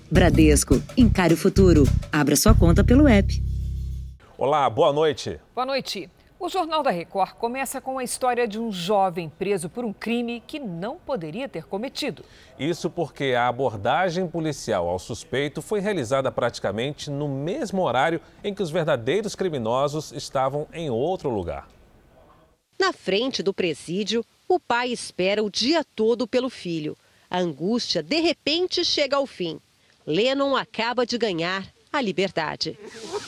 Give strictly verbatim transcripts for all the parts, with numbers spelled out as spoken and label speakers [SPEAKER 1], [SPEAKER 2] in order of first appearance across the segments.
[SPEAKER 1] Bradesco, encare o futuro. Abra sua conta pelo app.
[SPEAKER 2] Olá, boa noite.
[SPEAKER 3] Boa noite. O Jornal da Record começa com a história de um jovem preso por um crime que não poderia ter cometido.
[SPEAKER 2] Isso porque a abordagem policial ao suspeito foi realizada praticamente no mesmo horário em que os verdadeiros criminosos estavam em outro lugar.
[SPEAKER 4] Na frente do presídio, o pai espera o dia todo pelo filho. A angústia, de repente, chega ao fim. Lennon acaba de ganhar a liberdade.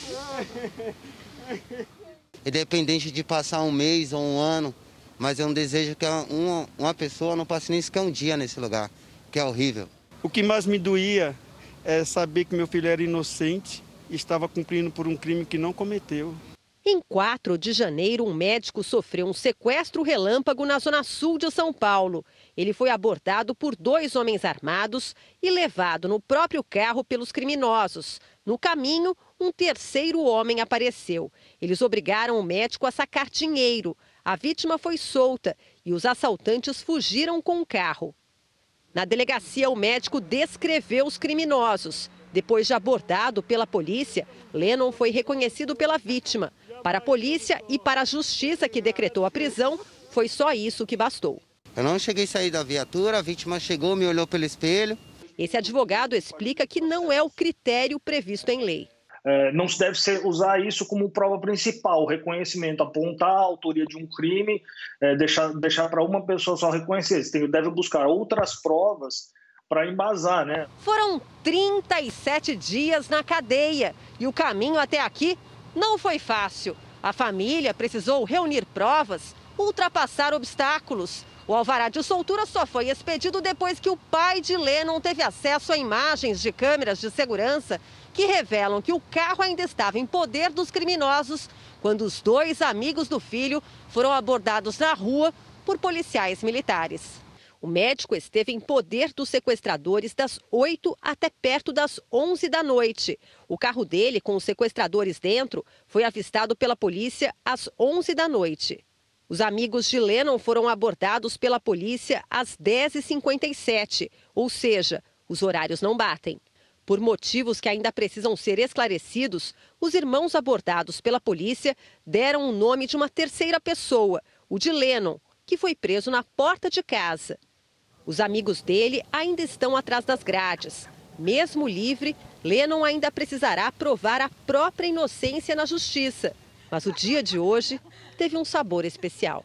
[SPEAKER 5] Independente de passar um mês ou um ano, mas eu não desejo que uma, uma pessoa não passe nem sequer um dia nesse lugar, que é horrível.
[SPEAKER 6] O que mais me doía é saber que meu filho era inocente e estava cumprindo por um crime que não cometeu.
[SPEAKER 4] Em quatro de janeiro, um médico sofreu um sequestro relâmpago na zona sul de São Paulo. Ele foi abordado por dois homens armados e levado no próprio carro pelos criminosos. No caminho, um terceiro homem apareceu. Eles obrigaram o médico a sacar dinheiro. A vítima foi solta e os assaltantes fugiram com o carro. Na delegacia, o médico descreveu os criminosos. Depois de abordado pela polícia, Lennon foi reconhecido pela vítima. Para a polícia e para a justiça que decretou a prisão, foi só isso que bastou.
[SPEAKER 5] Eu não cheguei a sair da viatura, a vítima chegou, me olhou pelo espelho.
[SPEAKER 4] Esse advogado explica que não é o critério previsto em lei.
[SPEAKER 7] É, não se deve ser, usar isso como prova principal, o reconhecimento, apontar a autoria de um crime, é, deixar, deixar para uma pessoa só reconhecer. Você deve buscar outras provas para embasar, né?
[SPEAKER 4] Foram trinta e sete dias na cadeia e o caminho até aqui não foi fácil. A família precisou reunir provas, ultrapassar obstáculos. O alvará de soltura só foi expedido depois que o pai de Lennon teve acesso a imagens de câmeras de segurança que revelam que o carro ainda estava em poder dos criminosos quando os dois amigos do filho foram abordados na rua por policiais militares. O médico esteve em poder dos sequestradores das oito até perto das onze da noite. O carro dele, com os sequestradores dentro, foi avistado pela polícia às onze da noite. Os amigos de Lennon foram abordados pela polícia às dez e cinquenta e sete, ou seja, os horários não batem. Por motivos que ainda precisam ser esclarecidos, os irmãos abordados pela polícia deram o nome de uma terceira pessoa, o de Lennon, que foi preso na porta de casa. Os amigos dele ainda estão atrás das grades. Mesmo livre, Lennon ainda precisará provar a própria inocência na justiça. Mas o dia de hoje teve um sabor especial.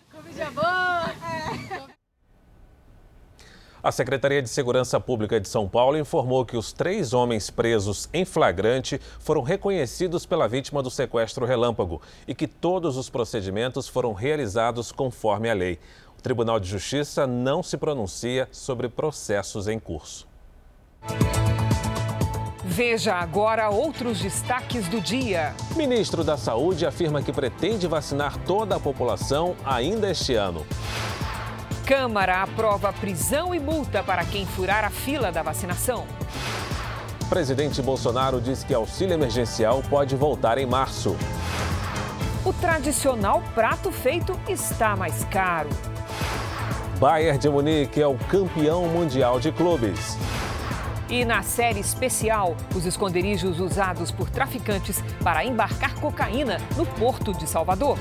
[SPEAKER 2] A Secretaria de Segurança Pública de São Paulo informou que os três homens presos em flagrante foram reconhecidos pela vítima do sequestro relâmpago e que todos os procedimentos foram realizados conforme a lei. O Tribunal de Justiça não se pronuncia sobre processos em curso.
[SPEAKER 3] Veja agora outros destaques do dia.
[SPEAKER 2] Ministro da Saúde afirma que pretende vacinar toda a população ainda este ano.
[SPEAKER 3] Câmara aprova prisão e multa para quem furar a fila da vacinação.
[SPEAKER 2] Presidente Bolsonaro diz que auxílio emergencial pode voltar em março.
[SPEAKER 3] O tradicional prato feito está mais caro.
[SPEAKER 2] Bayern de Munique é o campeão mundial de clubes.
[SPEAKER 3] E na série especial, os esconderijos usados por traficantes para embarcar cocaína no Porto de Salvador.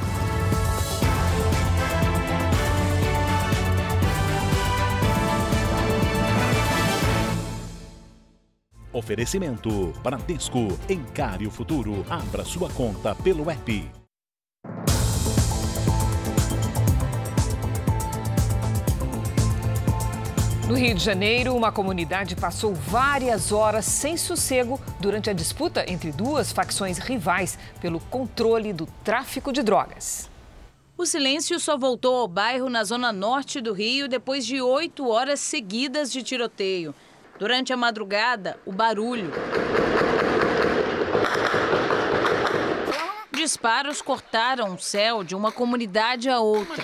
[SPEAKER 8] Oferecimento Bradesco, encare o futuro, abra sua conta pelo app.
[SPEAKER 3] No Rio de Janeiro, uma comunidade passou várias horas sem sossego durante a disputa entre duas facções rivais pelo controle do tráfico de drogas.
[SPEAKER 9] O silêncio só voltou ao bairro na zona norte do Rio depois de oito horas seguidas de tiroteio. Durante a madrugada, o barulho. Disparos cortaram o céu de uma comunidade a outra.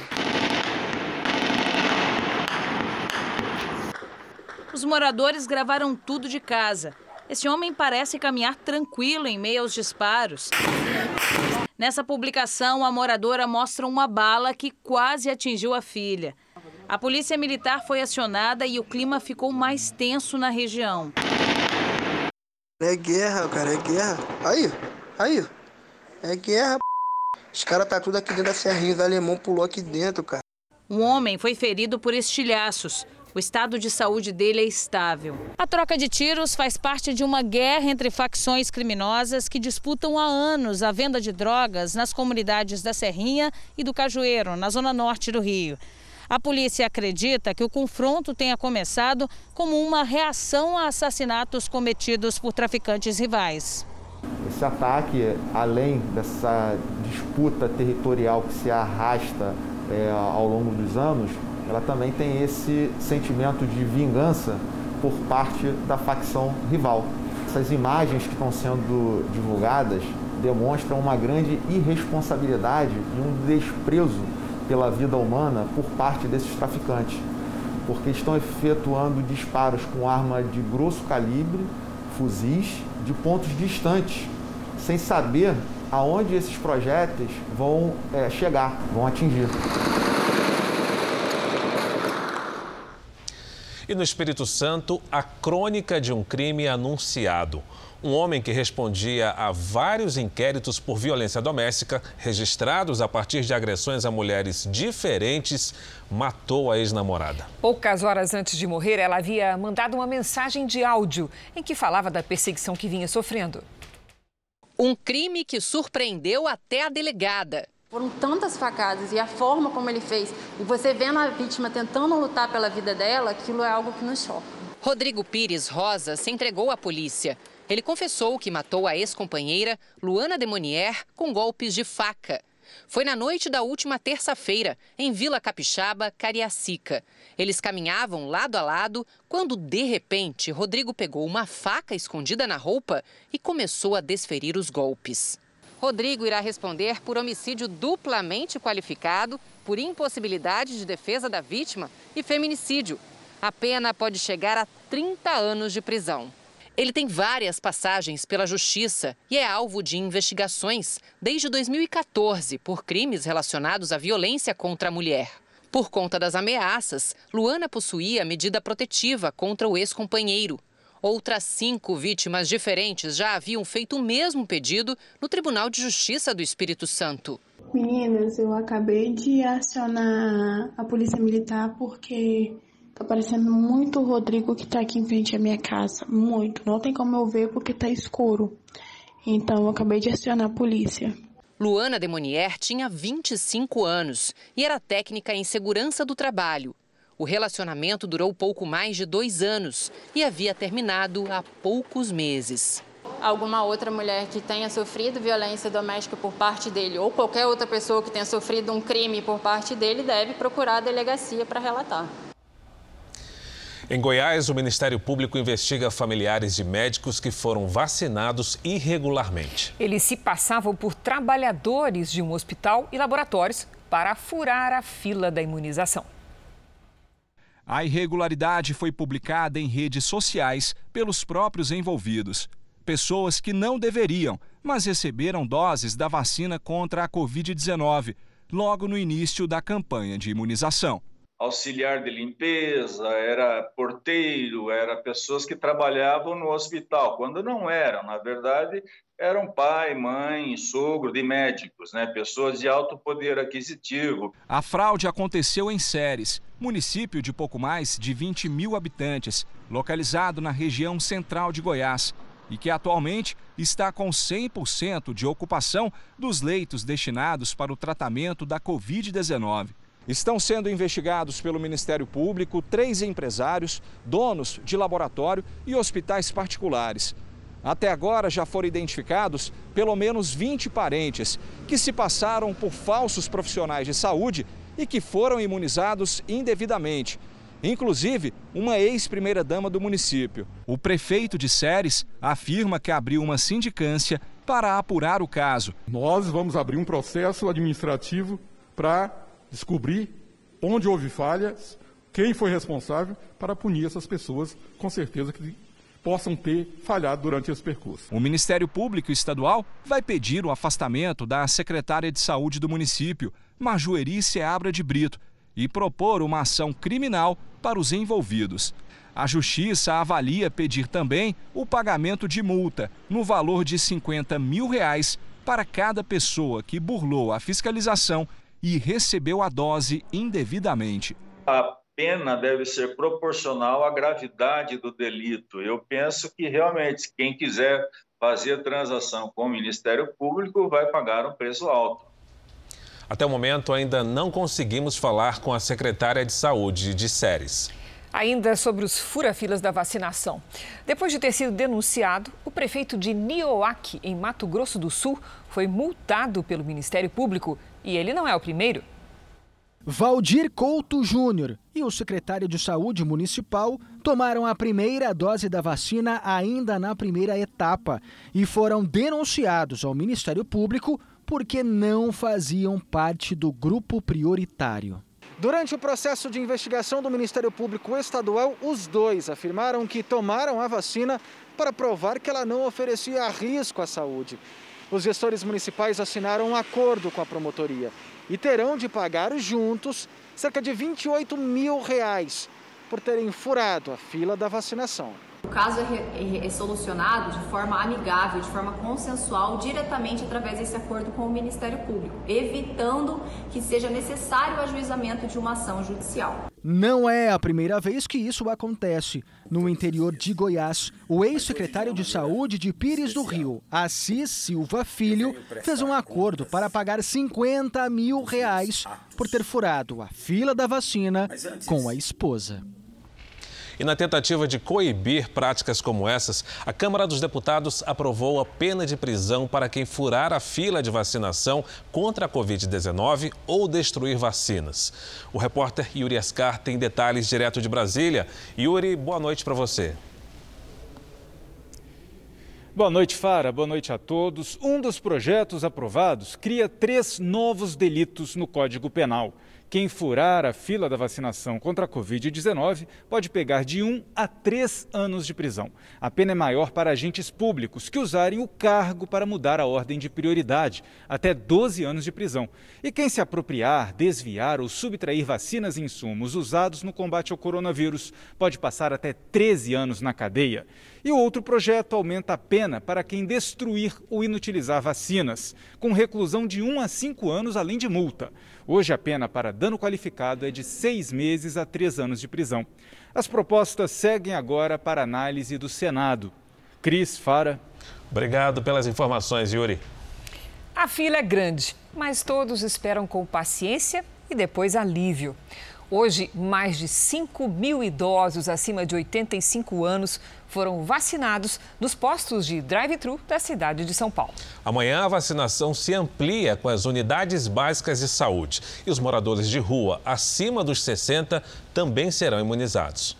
[SPEAKER 9] Os moradores gravaram tudo de casa. Esse homem parece caminhar tranquilo em meio aos disparos. Nessa publicação, a moradora mostra uma bala que quase atingiu a filha. A polícia militar foi acionada e o clima ficou mais tenso na região.
[SPEAKER 10] É guerra, cara, é guerra. Aí, aí, é guerra. Os caras tá tudo aqui dentro da serrinha, o alemão pulou aqui dentro, cara.
[SPEAKER 9] Um homem foi ferido por estilhaços. O estado de saúde dele é estável. A troca de tiros faz parte de uma guerra entre facções criminosas que disputam há anos a venda de drogas nas comunidades da Serrinha e do Cajueiro, na zona norte do Rio. A polícia acredita que o confronto tenha começado como uma reação a assassinatos cometidos por traficantes rivais.
[SPEAKER 11] Esse ataque, além dessa disputa territorial que se arrasta é, ao longo dos anos, ela também tem esse sentimento de vingança por parte da facção rival. Essas imagens que estão sendo divulgadas demonstram uma grande irresponsabilidade e um desprezo pela vida humana por parte desses traficantes, porque estão efetuando disparos com arma de grosso calibre, fuzis, de pontos distantes, sem saber aonde esses projéteis vão é, chegar, vão atingir.
[SPEAKER 2] E no Espírito Santo, a crônica de um crime anunciado. Um homem que respondia a vários inquéritos por violência doméstica, registrados a partir de agressões a mulheres diferentes, matou a ex-namorada.
[SPEAKER 3] Poucas horas antes de morrer, ela havia mandado uma mensagem de áudio em que falava da perseguição que vinha sofrendo.
[SPEAKER 12] Um crime que surpreendeu até a delegada.
[SPEAKER 13] Foram tantas facadas e a forma como ele fez, e você vendo a vítima tentando lutar pela vida dela, aquilo é algo que nos choca.
[SPEAKER 12] Rodrigo Pires Rosa se entregou à polícia. Ele confessou que matou a ex-companheira, Luana Demonier, com golpes de faca. Foi na noite da última terça-feira, em Vila Capixaba, Cariacica. Eles caminhavam lado a lado quando, de repente, Rodrigo pegou uma faca escondida na roupa e começou a desferir os golpes. Rodrigo irá responder por homicídio duplamente qualificado, por impossibilidade de defesa da vítima e feminicídio. A pena pode chegar a trinta anos de prisão. Ele tem várias passagens pela justiça e é alvo de investigações desde dois mil e quatorze por crimes relacionados à violência contra a mulher. Por conta das ameaças, Luana possuía medida protetiva contra o ex-companheiro. Outras cinco vítimas diferentes já haviam feito o mesmo pedido no Tribunal de Justiça do Espírito Santo.
[SPEAKER 14] Meninas, eu acabei de acionar a Polícia Militar porque tá parecendo muito o Rodrigo que tá aqui em frente à minha casa. Muito. Não tem como eu ver porque tá escuro. Então, eu acabei de acionar a polícia.
[SPEAKER 12] Luana Demonier tinha vinte e cinco anos e era técnica em segurança do trabalho. O relacionamento durou pouco mais de dois anos e havia terminado há poucos meses.
[SPEAKER 13] Alguma outra mulher que tenha sofrido violência doméstica por parte dele ou qualquer outra pessoa que tenha sofrido um crime por parte dele deve procurar a delegacia para relatar.
[SPEAKER 2] Em Goiás, o Ministério Público investiga familiares de médicos que foram vacinados irregularmente.
[SPEAKER 3] Eles se passavam por trabalhadores de um hospital e laboratórios para furar a fila da imunização.
[SPEAKER 15] A irregularidade foi publicada em redes sociais pelos próprios envolvidos. Pessoas que não deveriam, mas receberam doses da vacina contra a covid dezenove, logo no início da campanha de imunização.
[SPEAKER 16] Auxiliar de limpeza, era porteiro, era pessoas que trabalhavam no hospital, quando não eram, na verdade, eram pai, mãe, sogro de médicos, né? Pessoas de alto poder aquisitivo.
[SPEAKER 15] A fraude aconteceu em Ceres, município de pouco mais de vinte mil habitantes, localizado na região central de Goiás, e que atualmente está com cem por cento de ocupação dos leitos destinados para o tratamento da covid dezenove. Estão sendo investigados pelo Ministério Público três empresários, donos de laboratório e hospitais particulares. Até agora já foram identificados pelo menos vinte parentes que se passaram por falsos profissionais de saúde e que foram imunizados indevidamente. Inclusive, uma ex-primeira-dama do município. O prefeito de Ceres afirma que abriu uma sindicância para apurar o caso.
[SPEAKER 17] Nós vamos abrir um processo administrativo para descobrir onde houve falhas, quem foi responsável, para punir essas pessoas, com certeza que possam ter falhado durante esse percurso.
[SPEAKER 15] O Ministério Público Estadual vai pedir o afastamento da secretária de Saúde do município, Marjoeri Seabra de Brito, e propor uma ação criminal para os envolvidos. A Justiça avalia pedir também o pagamento de multa no valor de cinquenta mil reais para cada pessoa que burlou a fiscalização e recebeu a dose indevidamente.
[SPEAKER 16] A pena deve ser proporcional à gravidade do delito. Eu penso que realmente quem quiser fazer transação com o Ministério Público vai pagar um preço alto.
[SPEAKER 2] Até o momento ainda não conseguimos falar com a secretária de Saúde de Ceres.
[SPEAKER 3] Ainda sobre os fura-filas da vacinação. Depois de ter sido denunciado, o prefeito de Nioaque, em Mato Grosso do Sul, foi multado pelo Ministério Público e ele não é o primeiro.
[SPEAKER 18] Valdir Couto Júnior e o secretário de Saúde Municipal tomaram a primeira dose da vacina ainda na primeira etapa e foram denunciados ao Ministério Público porque não faziam parte do grupo prioritário. Durante o processo de investigação do Ministério Público Estadual, os dois afirmaram que tomaram a vacina para provar que ela não oferecia risco à saúde. Os gestores municipais assinaram um acordo com a promotoria e terão de pagar juntos cerca de vinte e oito mil reais por terem furado a fila da vacinação.
[SPEAKER 19] O caso é solucionado de forma amigável, de forma consensual, diretamente através desse acordo com o Ministério Público, evitando que seja necessário o ajuizamento de uma ação judicial.
[SPEAKER 18] Não é a primeira vez que isso acontece. No interior de Goiás, o ex-secretário de Saúde de Pires do Rio, Assis Silva Filho, fez um acordo para pagar cinquenta mil reais por ter furado a fila da vacina com a esposa.
[SPEAKER 2] E na tentativa de coibir práticas como essas, a Câmara dos Deputados aprovou a pena de prisão para quem furar a fila de vacinação contra a covid dezenove ou destruir vacinas. O repórter Yuri Ascar tem detalhes direto de Brasília. Yuri, boa noite para você.
[SPEAKER 20] Boa noite, Fara. Boa noite a todos. Um dos projetos aprovados cria três novos delitos no Código Penal. Quem furar a fila da vacinação contra a covid dezenove pode pegar de um a três anos de prisão. A pena é maior para agentes públicos que usarem o cargo para mudar a ordem de prioridade, até doze anos de prisão. E quem se apropriar, desviar ou subtrair vacinas e insumos usados no combate ao coronavírus pode passar até treze anos na cadeia. E o outro projeto aumenta a pena para quem destruir ou inutilizar vacinas, com reclusão de um a cinco anos, além de multa. Hoje, a pena para dano qualificado é de seis meses a três anos de prisão. As propostas seguem agora para análise do Senado. Cris, Fara.
[SPEAKER 2] Obrigado pelas informações, Yuri.
[SPEAKER 3] A fila é grande, mas todos esperam com paciência e depois alívio. Hoje, mais de cinco mil idosos acima de oitenta e cinco anos foram vacinados nos postos de drive-thru da cidade de São Paulo.
[SPEAKER 2] Amanhã a vacinação se amplia com as unidades básicas de saúde. E os moradores de rua acima dos sessenta também serão imunizados.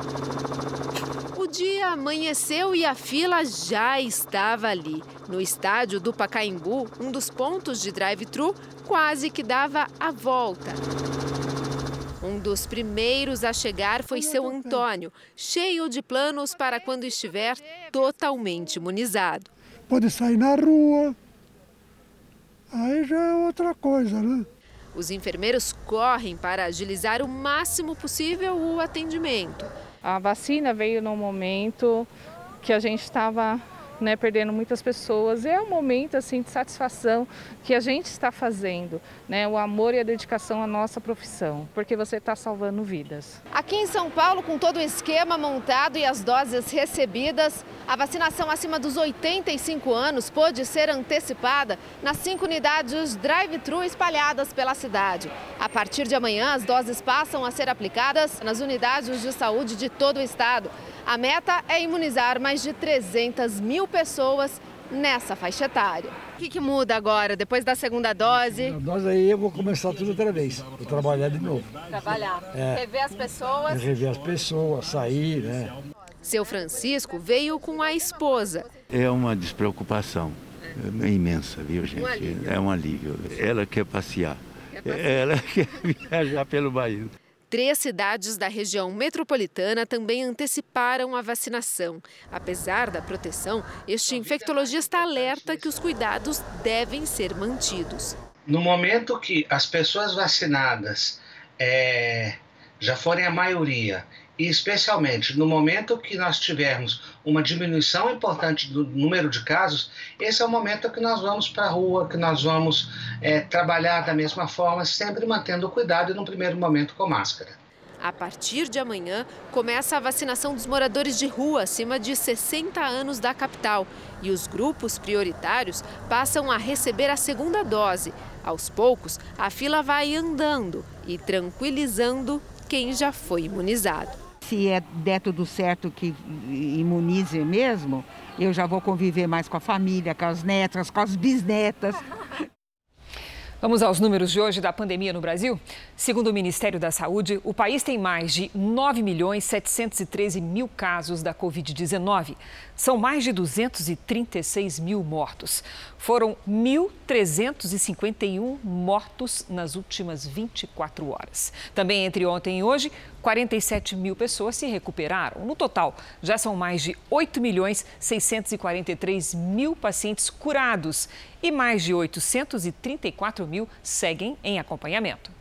[SPEAKER 21] O dia amanheceu e a fila já estava ali. No estádio do Pacaembu, um dos pontos de drive-thru quase que dava a volta. Um dos primeiros a chegar foi seu Antônio, cheio de planos para quando estiver totalmente imunizado.
[SPEAKER 22] Pode sair na rua, aí já é outra coisa, né?
[SPEAKER 21] Os enfermeiros correm para agilizar o máximo possível o atendimento.
[SPEAKER 23] A vacina veio num momento que a gente estava, né, perdendo muitas pessoas. É um momento assim, de satisfação que a gente está fazendo, né, o amor e a dedicação à nossa profissão, porque você está salvando vidas.
[SPEAKER 21] Aqui em São Paulo, com todo o esquema montado e as doses recebidas, a vacinação acima dos oitenta e cinco anos pôde ser antecipada nas cinco unidades drive-thru espalhadas pela cidade. A partir de amanhã, as doses passam a ser aplicadas nas unidades de saúde de todo o estado. A meta é imunizar mais de trezentas mil pessoas nessa faixa etária. O que, que muda agora, depois da segunda dose?
[SPEAKER 22] Na dose aí eu vou começar tudo outra vez, vou trabalhar de novo.
[SPEAKER 21] Trabalhar, é, rever as pessoas.
[SPEAKER 22] É rever as pessoas, sair, né?
[SPEAKER 21] Seu Francisco veio com a esposa.
[SPEAKER 24] É uma despreocupação imensa, viu, gente? Um é um alívio. Ela quer passear, quer passear. Ela quer viajar pelo país.
[SPEAKER 21] Três cidades da região metropolitana também anteciparam a vacinação. Apesar da proteção, este infectologista alerta que os cuidados devem ser mantidos.
[SPEAKER 25] No momento que as pessoas vacinadas é, já forem a maioria
[SPEAKER 1] e especialmente no momento que nós tivermos uma diminuição importante do número de casos, esse é o momento que nós vamos para a rua, que nós vamos é, trabalhar da mesma forma, sempre mantendo o cuidado e no primeiro momento com máscara.
[SPEAKER 21] A partir de amanhã, começa a vacinação dos moradores de rua acima de sessenta anos da capital. E os grupos prioritários passam a receber a segunda dose. Aos poucos, a fila vai andando e tranquilizando quem já foi imunizado.
[SPEAKER 5] Se é, der tudo certo que imunize mesmo, eu já vou conviver mais com a família, com as netas, com as bisnetas.
[SPEAKER 3] Vamos aos números de hoje da pandemia no Brasil? Segundo o Ministério da Saúde, o país tem mais de nove milhões setecentos e treze mil casos da covid dezenove. São mais de duzentos e trinta e seis mil mortos. Foram mil trezentos e cinquenta e um mortos nas últimas vinte e quatro horas. Também entre ontem e hoje, quarenta e sete mil pessoas se recuperaram. No total, já são mais de oito milhões seiscentos e quarenta e três mil pacientes curados e mais de oitocentos e trinta e quatro mil seguem em acompanhamento.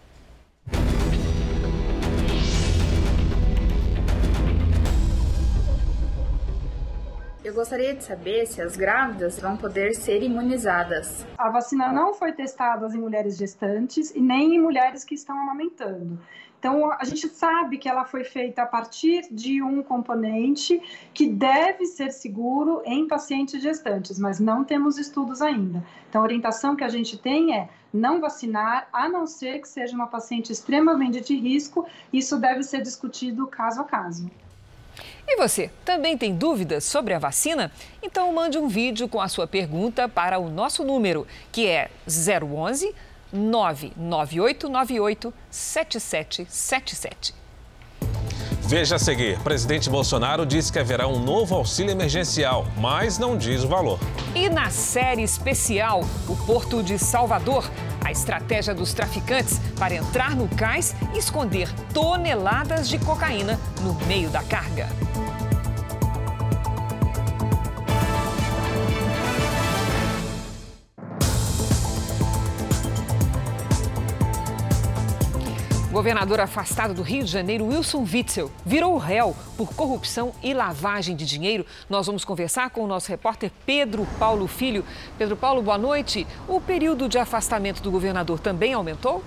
[SPEAKER 6] Eu gostaria de saber se as grávidas vão poder ser imunizadas.
[SPEAKER 7] A vacina não foi testada em mulheres gestantes e nem em mulheres que estão amamentando. Então, a gente sabe que ela foi feita a partir de um componente que deve ser seguro em pacientes gestantes, mas não temos estudos ainda. Então, a orientação que a gente tem é não vacinar, a não ser que seja uma paciente extremamente de risco. Isso deve ser discutido caso a caso.
[SPEAKER 3] E você, também tem dúvidas sobre a vacina? Então, mande um vídeo com a sua pergunta para o nosso número, que é zero onze, nove nove oito nove oito, sete sete sete sete.
[SPEAKER 2] Veja a seguir, presidente Bolsonaro diz que haverá um novo auxílio emergencial, mas não diz o valor.
[SPEAKER 3] E na série especial, o Porto de Salvador, a estratégia dos traficantes para entrar no cais e esconder toneladas de cocaína no meio da carga. O governador afastado do Rio de Janeiro, Wilson Witzel, virou réu por corrupção e lavagem de dinheiro. Nós vamos conversar com o nosso repórter Pedro Paulo Filho. Pedro Paulo, boa noite. O período de afastamento do governador também aumentou?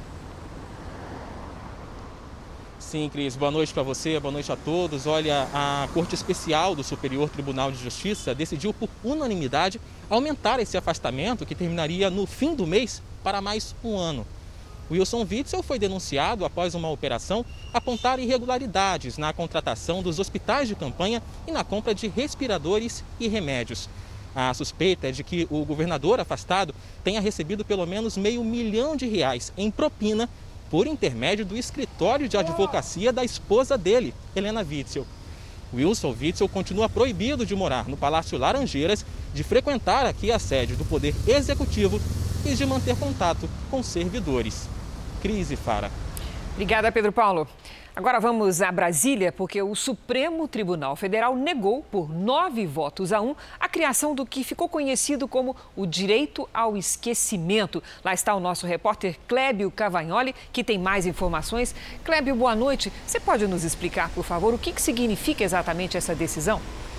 [SPEAKER 25] Sim, Cris. Boa noite para você, boa noite a todos. Olha, a Corte Especial do Superior Tribunal de Justiça decidiu por unanimidade aumentar esse afastamento, que terminaria no fim do mês, para mais um ano. Wilson Witzel foi denunciado após uma operação apontar irregularidades na contratação dos hospitais de campanha e na compra de respiradores e remédios. A suspeita é de que o governador afastado tenha recebido pelo menos meio milhão de reais em propina por intermédio do escritório de advocacia da esposa dele, Helena Witzel. Wilson Witzel continua proibido de morar no Palácio Laranjeiras, de frequentar aqui a sede do Poder Executivo e de manter contato com servidores. Cris e Fara.
[SPEAKER 3] Obrigada, Pedro Paulo. Agora vamos a Brasília, porque o Supremo Tribunal Federal negou por nove votos a um a criação do que ficou conhecido como o direito ao esquecimento. Lá está o nosso repórter Clébio Cavagnoli, que tem mais informações. Clébio, boa noite. Você pode nos explicar, por favor, o que significa exatamente essa decisão?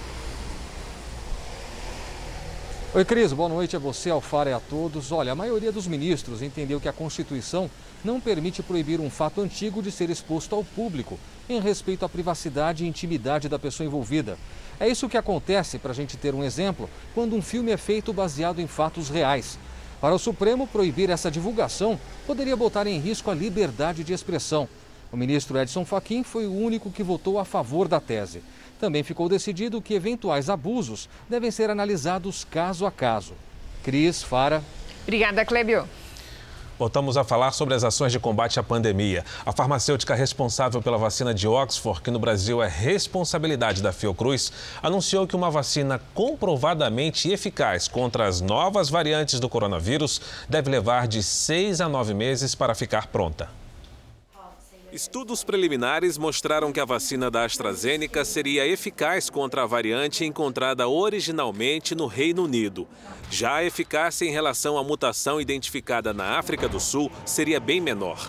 [SPEAKER 26] Oi, Cris, boa noite a você, ao Fara e a todos. Olha, a maioria dos ministros entendeu que a Constituição não permite proibir um fato antigo de ser exposto ao público, em respeito à privacidade e intimidade da pessoa envolvida. É isso que acontece, para a gente ter um exemplo, quando um filme é feito baseado em fatos reais. Para o Supremo, proibir essa divulgação poderia botar em risco a liberdade de expressão. O ministro Edson Fachin foi o único que votou a favor da tese. Também ficou decidido que eventuais abusos devem ser analisados caso a caso. Cris, Fara.
[SPEAKER 3] Obrigada, Clébio.
[SPEAKER 2] Voltamos a falar sobre as ações de combate à pandemia. A farmacêutica responsável pela vacina de Oxford, que no Brasil é responsabilidade da Fiocruz, anunciou que uma vacina comprovadamente eficaz contra as novas variantes do coronavírus deve levar de seis a nove meses para ficar pronta. Estudos preliminares mostraram que a vacina da AstraZeneca seria eficaz contra a variante encontrada originalmente no Reino Unido. Já a eficácia em relação à mutação identificada na África do Sul seria bem menor.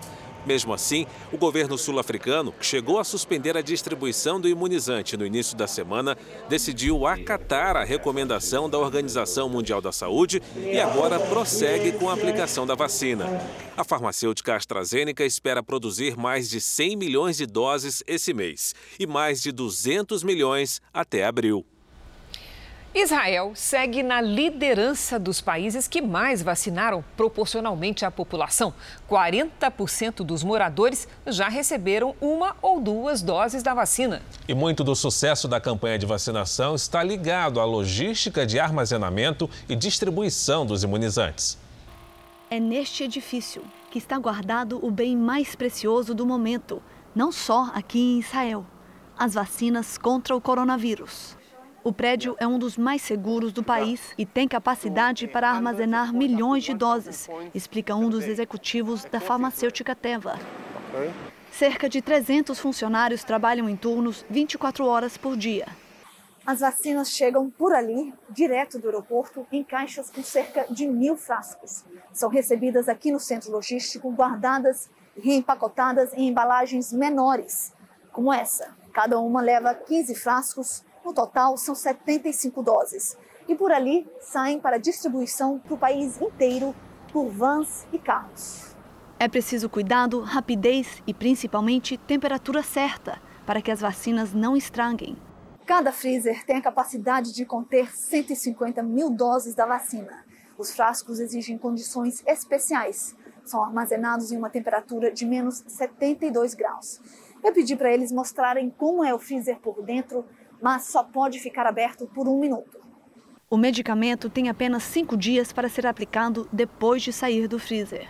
[SPEAKER 2] Mesmo assim, o governo sul-africano, que chegou a suspender a distribuição do imunizante no início da semana, decidiu acatar a recomendação da Organização Mundial da Saúde e agora prossegue com a aplicação da vacina. A farmacêutica AstraZeneca espera produzir mais de cem milhões de doses esse mês e mais de duzentos milhões até abril.
[SPEAKER 3] Israel segue na liderança dos países que mais vacinaram proporcionalmente à população. quarenta por cento dos moradores já receberam uma ou duas doses da vacina.
[SPEAKER 2] E muito do sucesso da campanha de vacinação está ligado à logística de armazenamento e distribuição dos imunizantes.
[SPEAKER 4] É neste edifício que está guardado o bem mais precioso do momento, não só aqui em Israel: as vacinas contra o coronavírus. O prédio é um dos mais seguros do país e tem capacidade para armazenar milhões de doses, explica um dos executivos da farmacêutica Teva. Cerca de trezentos funcionários trabalham em turnos vinte e quatro horas por dia.
[SPEAKER 8] As vacinas chegam por ali, direto do aeroporto, em caixas com cerca de mil frascos. São recebidas aqui no centro logístico, guardadas e reempacotadas em embalagens menores, como essa. Cada uma leva quinze frascos. No total, são setenta e cinco doses. E por ali, saem para distribuição para o país inteiro por vans e carros.
[SPEAKER 4] É preciso cuidado, rapidez e, principalmente, temperatura certa para que as vacinas não estraguem.
[SPEAKER 8] Cada freezer tem a capacidade de conter cento e cinquenta mil doses da vacina. Os frascos exigem condições especiais. São armazenados em uma temperatura de menos setenta e dois graus. Eu pedi para eles mostrarem como é o freezer por dentro, mas só pode ficar aberto por um minuto.
[SPEAKER 4] O medicamento tem apenas cinco dias para ser aplicado depois de sair do freezer.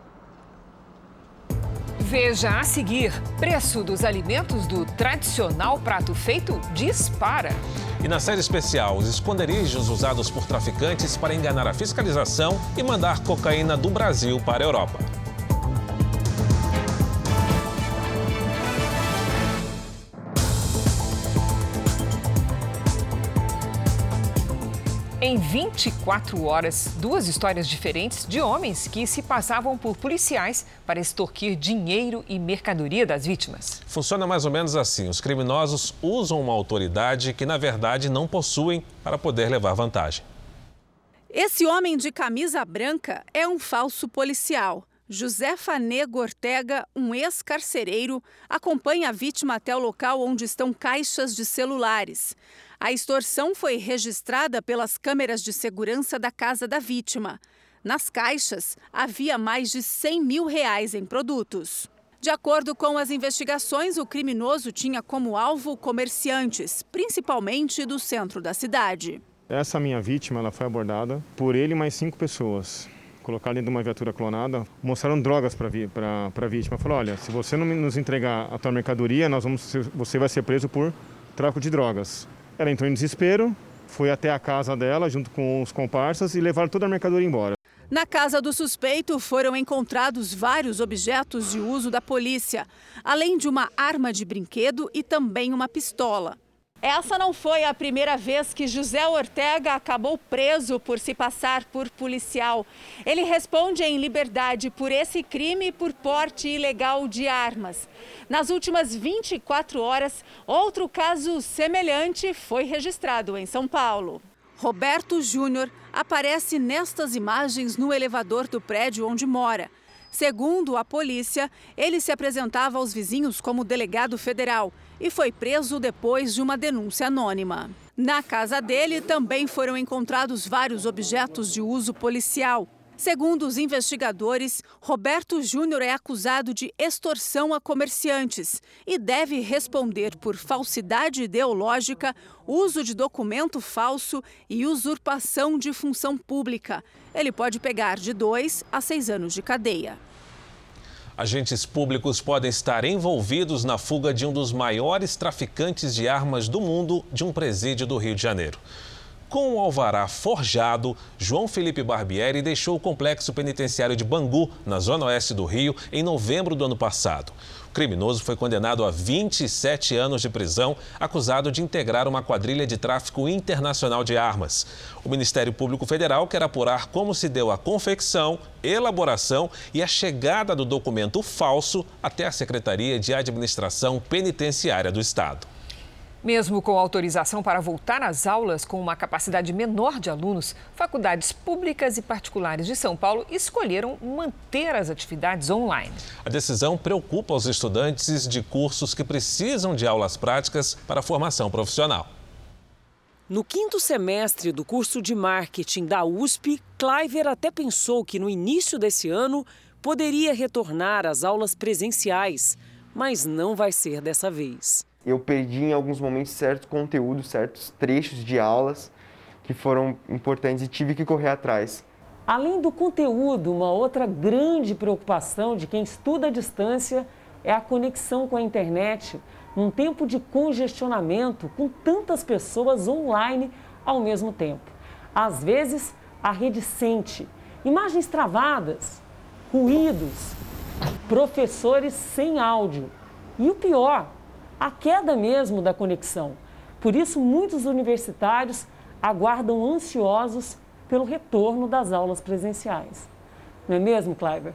[SPEAKER 3] Veja a seguir: preço dos alimentos do tradicional prato feito dispara.
[SPEAKER 2] E na série especial, os esconderijos usados por traficantes para enganar a fiscalização e mandar cocaína do Brasil para a Europa.
[SPEAKER 3] Em vinte e quatro horas, duas histórias diferentes de homens que se passavam por policiais para extorquir dinheiro e mercadoria das vítimas.
[SPEAKER 2] Funciona mais ou menos assim: os criminosos usam uma autoridade que, na verdade, não possuem para poder levar vantagem.
[SPEAKER 9] Esse homem de camisa branca é um falso policial. José Fanego Ortega, um ex-carcereiro, acompanha a vítima até o local onde estão caixas de celulares. A extorsão foi registrada pelas câmeras de segurança da casa da vítima. Nas caixas, havia mais de cem mil reais em produtos. De acordo com as investigações, o criminoso tinha como alvo comerciantes, principalmente do centro da cidade.
[SPEAKER 10] Essa minha vítima, ela foi abordada por ele e mais cinco pessoas. Colocaram dentro de uma viatura clonada, mostraram drogas para a vítima. Falaram: olha, se você não nos entregar a tua mercadoria, nós vamos, você vai ser preso por tráfico de drogas. Ela entrou em desespero, foi até a casa dela junto com os comparsas e levaram toda a mercadoria embora.
[SPEAKER 9] Na casa do suspeito foram encontrados vários objetos de uso da polícia, além de uma arma de brinquedo e também uma pistola. Essa não foi a primeira vez que José Ortega acabou preso por se passar por policial. Ele responde em liberdade por esse crime e por porte ilegal de armas. Nas últimas vinte e quatro horas, outro caso semelhante foi registrado em São Paulo. Roberto Júnior aparece nestas imagens no elevador do prédio onde mora. Segundo a polícia, ele se apresentava aos vizinhos como delegado federal e foi preso depois de uma denúncia anônima. Na casa dele também foram encontrados vários objetos de uso policial. Segundo os investigadores, Roberto Júnior é acusado de extorsão a comerciantes e deve responder por falsidade ideológica, uso de documento falso e usurpação de função pública. Ele pode pegar de dois a seis anos de cadeia.
[SPEAKER 2] Agentes públicos podem estar envolvidos na fuga de um dos maiores traficantes de armas do mundo de um presídio do Rio de Janeiro. Com o alvará forjado, João Felipe Barbieri deixou o complexo penitenciário de Bangu, na zona oeste do Rio, em novembro do ano passado. O criminoso foi condenado a vinte e sete anos de prisão, acusado de integrar uma quadrilha de tráfico internacional de armas. O Ministério Público Federal quer apurar como se deu a confecção, elaboração e a chegada do documento falso até a Secretaria de Administração Penitenciária do Estado.
[SPEAKER 3] Mesmo com autorização para voltar às aulas com uma capacidade menor de alunos, faculdades públicas e particulares de São Paulo escolheram manter as atividades online.
[SPEAKER 2] A decisão preocupa os estudantes de cursos que precisam de aulas práticas para a formação profissional.
[SPEAKER 11] No quinto semestre do curso de marketing da U S P, Cliver até pensou que no início desse ano poderia retornar às aulas presenciais, mas não vai ser dessa vez.
[SPEAKER 12] Eu perdi em alguns momentos certos conteúdos, certos trechos de aulas que foram importantes e tive que correr atrás.
[SPEAKER 11] Além do conteúdo, uma outra grande preocupação de quem estuda à distância é a conexão com a internet, num tempo de congestionamento, com tantas pessoas online ao mesmo tempo. Às vezes, a rede sente imagens travadas, ruídos, professores sem áudio e o pior, a queda mesmo da conexão. Por isso, muitos universitários aguardam ansiosos pelo retorno das aulas presenciais. Não é mesmo, Cliver?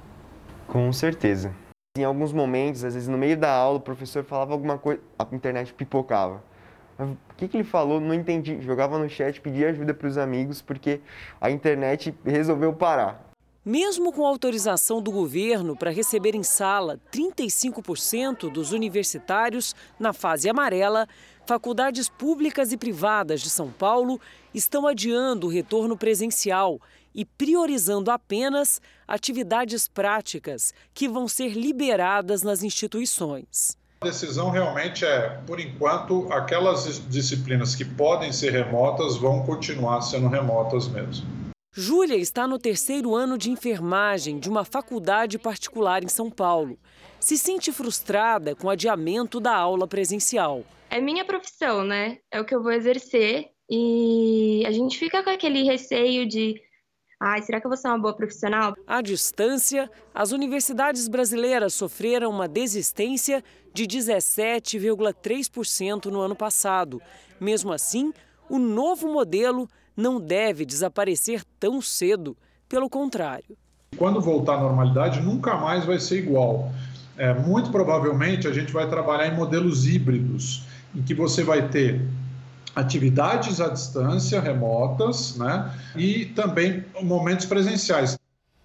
[SPEAKER 12] Com certeza. Em alguns momentos, às vezes no meio da aula, o professor falava alguma coisa, a internet pipocava. O que, que ele falou? Não entendi. Jogava no chat, pedia ajuda para os amigos, porque a internet resolveu parar.
[SPEAKER 11] Mesmo com autorização do governo para receber em sala trinta e cinco por cento dos universitários na fase amarela, faculdades públicas e privadas de São Paulo estão adiando o retorno presencial e priorizando apenas atividades práticas que vão ser liberadas nas instituições.
[SPEAKER 13] A decisão realmente é, por enquanto, aquelas disciplinas que podem ser remotas vão continuar sendo remotas mesmo.
[SPEAKER 11] Júlia está no terceiro ano de enfermagem de uma faculdade particular em São Paulo. Se sente frustrada com o adiamento da aula presencial.
[SPEAKER 14] É minha profissão, né? É o que eu vou exercer e a gente fica com aquele receio de ai, será que eu vou ser uma boa profissional?
[SPEAKER 11] À distância, as universidades brasileiras sofreram uma desistência de dezessete vírgula três por cento no ano passado. Mesmo assim, o novo modelo não deve desaparecer tão cedo, pelo contrário.
[SPEAKER 13] Quando voltar à normalidade, nunca mais vai ser igual. É, muito provavelmente a gente vai trabalhar em modelos híbridos, em que você vai ter atividades à distância, remotas, né? E também momentos presenciais.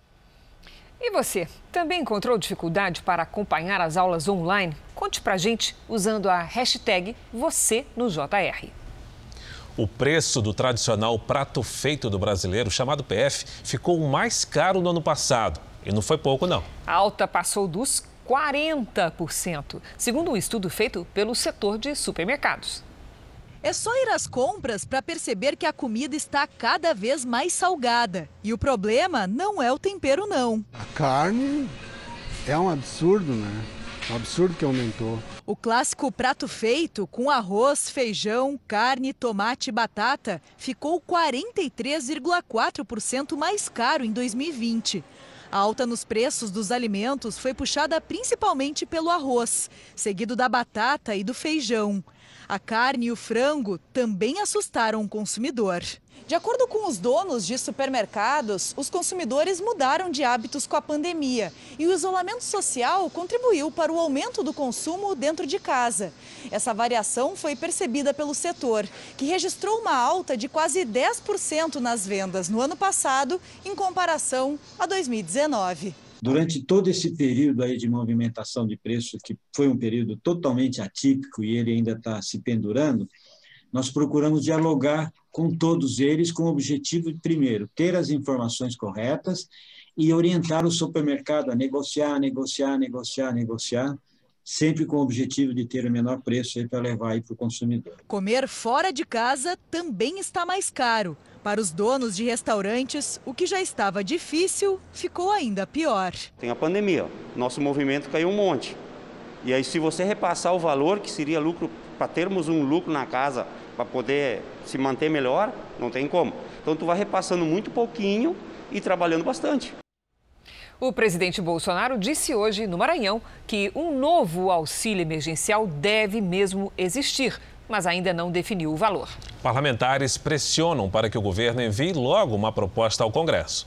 [SPEAKER 3] E você, também encontrou dificuldade para acompanhar as aulas online? Conte pra gente usando a hashtag você no J R.
[SPEAKER 2] O preço do tradicional prato feito do brasileiro, chamado P F, ficou mais caro no ano passado. E não foi pouco, não.
[SPEAKER 3] A alta passou dos quarenta por cento, segundo um estudo feito pelo setor de supermercados.
[SPEAKER 15] É só ir às compras para perceber que a comida está cada vez mais salgada. E o problema não é o tempero, não.
[SPEAKER 22] A carne é um absurdo, né? É um absurdo que aumentou.
[SPEAKER 15] O clássico prato feito com arroz, feijão, carne, tomate e batata ficou quarenta e três vírgula quatro por cento mais caro em dois mil e vinte. A alta nos preços dos alimentos foi puxada principalmente pelo arroz, seguido da batata e do feijão. A carne e o frango também assustaram o consumidor. De acordo com os donos de supermercados, os consumidores mudaram de hábitos com a pandemia e o isolamento social contribuiu para o aumento do consumo dentro de casa. Essa variação foi percebida pelo setor, que registrou uma alta de quase dez por cento nas vendas no ano passado, em comparação a dois mil e dezenove.
[SPEAKER 17] Durante todo esse período aí de movimentação de preço, que foi um período totalmente atípico e ele ainda está se pendurando, nós procuramos dialogar com todos eles com o objetivo de, primeiro, ter as informações corretas e orientar o supermercado a negociar, negociar, negociar, negociar, sempre com o objetivo de ter o menor preço para levar para o consumidor.
[SPEAKER 15] Comer fora de casa também está mais caro. Para os donos de restaurantes, o que já estava difícil ficou ainda pior.
[SPEAKER 27] Tem a pandemia, nosso movimento caiu um monte. E aí, se você repassar o valor, que seria lucro, para termos um lucro na casa para poder se manter melhor, não tem como. Então tu vai repassando muito pouquinho e trabalhando bastante.
[SPEAKER 3] O presidente Bolsonaro disse hoje no Maranhão que um novo auxílio emergencial deve mesmo existir, mas ainda não definiu o valor.
[SPEAKER 2] Parlamentares pressionam para que o governo envie logo uma proposta ao Congresso.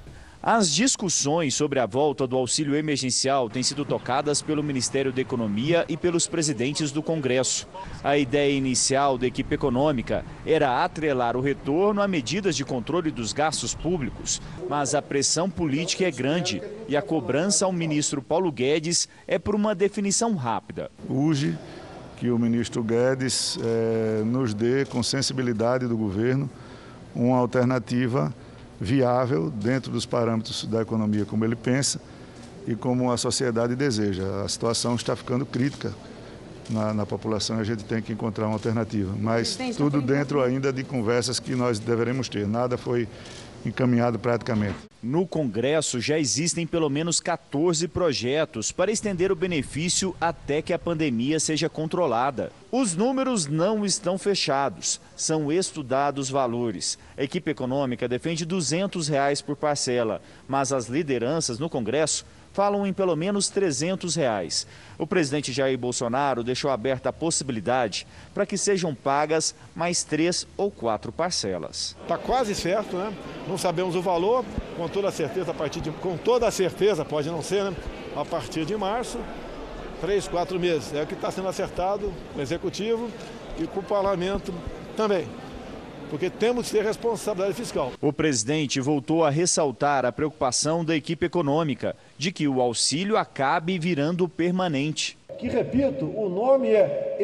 [SPEAKER 1] As discussões sobre a volta do auxílio emergencial têm sido tocadas pelo Ministério da Economia e pelos presidentes do Congresso. A ideia inicial da equipe econômica era atrelar o retorno a medidas de controle dos gastos públicos, mas a pressão política é grande e a cobrança ao ministro Paulo Guedes é por uma definição rápida.
[SPEAKER 16] Urge que o ministro Guedes eh, nos dê, com sensibilidade do governo, uma alternativa viável dentro dos parâmetros da economia como ele pensa e como a sociedade deseja. A situação está ficando crítica na, na população e a gente tem que encontrar uma alternativa. Mas tudo dentro ainda de conversas que nós deveremos ter. Nada foi encaminhado praticamente.
[SPEAKER 1] No Congresso já existem pelo menos quatorze projetos para estender o benefício até que a pandemia seja controlada. Os números não estão fechados, são estudados valores. A equipe econômica defende duzentos reais por parcela, mas as lideranças no Congresso falam em pelo menos trezentos reais. O presidente Jair Bolsonaro deixou aberta a possibilidade para que sejam pagas mais três ou quatro parcelas.
[SPEAKER 18] Está quase certo, né? Não sabemos o valor, com toda certeza a partir de, com toda a certeza, pode não ser, né? A partir de março, três, quatro meses. É o que está sendo acertado com o Executivo e com o Parlamento também. Porque temos que ter responsabilidade fiscal.
[SPEAKER 1] O presidente voltou a ressaltar a preocupação da equipe econômica de que o auxílio acabe virando permanente.
[SPEAKER 19] Que, repito, o nome é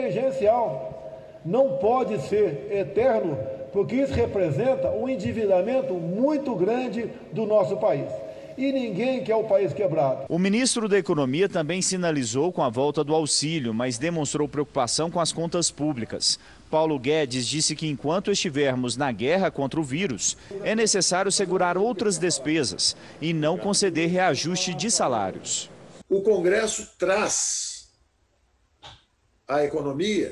[SPEAKER 19] emergencial. Não pode ser eterno, porque isso representa um endividamento muito grande do nosso país. E ninguém quer o país quebrado.
[SPEAKER 1] O ministro da Economia também sinalizou com a volta do auxílio, mas demonstrou preocupação com as contas públicas. Paulo Guedes disse que enquanto estivermos na guerra contra o vírus, é necessário segurar outras despesas e não conceder reajuste de salários.
[SPEAKER 20] O Congresso traz à economia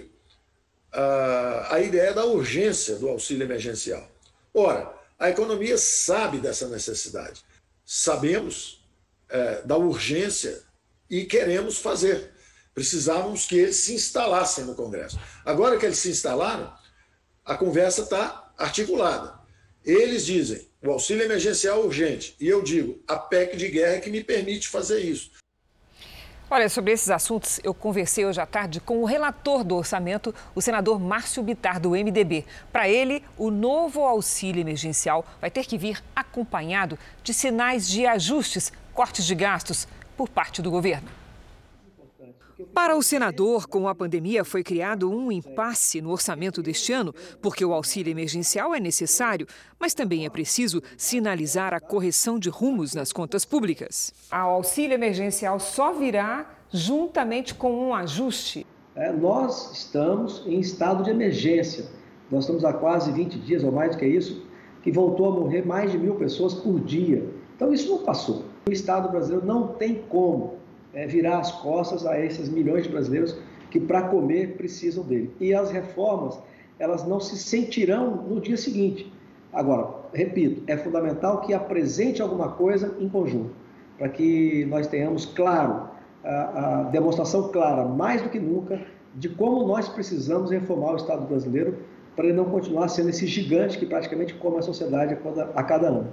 [SPEAKER 20] a, a ideia da urgência do auxílio emergencial. Ora, a economia sabe dessa necessidade. Sabemos é, da urgência e queremos fazer. Precisávamos que eles se instalassem no Congresso. Agora que eles se instalaram, a conversa está articulada. Eles dizem, o auxílio emergencial urgente, e eu digo, a P E C de guerra é que me permite fazer isso.
[SPEAKER 3] Olha, sobre esses assuntos, eu conversei hoje à tarde com o relator do orçamento, o senador Márcio Bittar, do M D B. Para ele, o novo auxílio emergencial vai ter que vir acompanhado de sinais de ajustes, cortes de gastos por parte do governo. Para o senador, com a pandemia, foi criado um impasse no orçamento deste ano, porque o auxílio emergencial é necessário, mas também é preciso sinalizar a correção de rumos nas contas públicas. O auxílio emergencial só virá juntamente com um ajuste.
[SPEAKER 23] É, nós estamos em estado de emergência. Nós estamos há quase vinte dias, ou mais do que isso, que voltou a morrer mais de mil pessoas por dia. Então isso não passou. O Estado brasileiro não tem como É virar as costas a esses milhões de brasileiros que, para comer, precisam dele. E as reformas, elas não se sentirão no dia seguinte. Agora, repito, é fundamental que apresente alguma coisa em conjunto, para que nós tenhamos claro, a, a demonstração clara, mais do que nunca, de como nós precisamos reformar o Estado brasileiro para ele não continuar sendo esse gigante que praticamente come a sociedade a cada, a cada ano.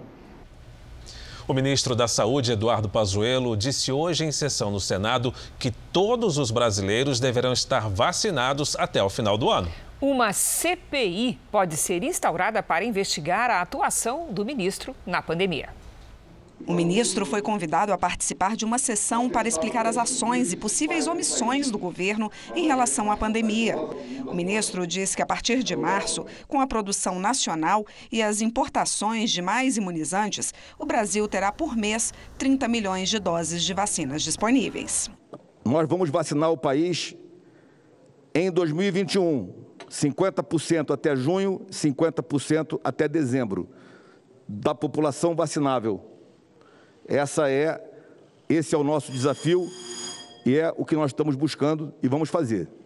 [SPEAKER 2] O ministro da Saúde, Eduardo Pazuello, disse hoje em sessão no Senado que todos os brasileiros deverão estar vacinados até o final do ano.
[SPEAKER 3] Uma C P I pode ser instaurada para investigar a atuação do ministro na pandemia.
[SPEAKER 24] O ministro foi convidado a participar de uma sessão para explicar as ações e possíveis omissões do governo em relação à pandemia. O ministro disse que a partir de março, com a produção nacional e as importações de mais imunizantes, o Brasil terá por mês trinta milhões de doses de vacinas disponíveis.
[SPEAKER 28] Nós vamos vacinar o país em dois mil e vinte e um, cinquenta por cento até junho, cinquenta por cento até dezembro da população vacinável. Essa é, esse é o nosso desafio e é o que nós estamos buscando e vamos fazer.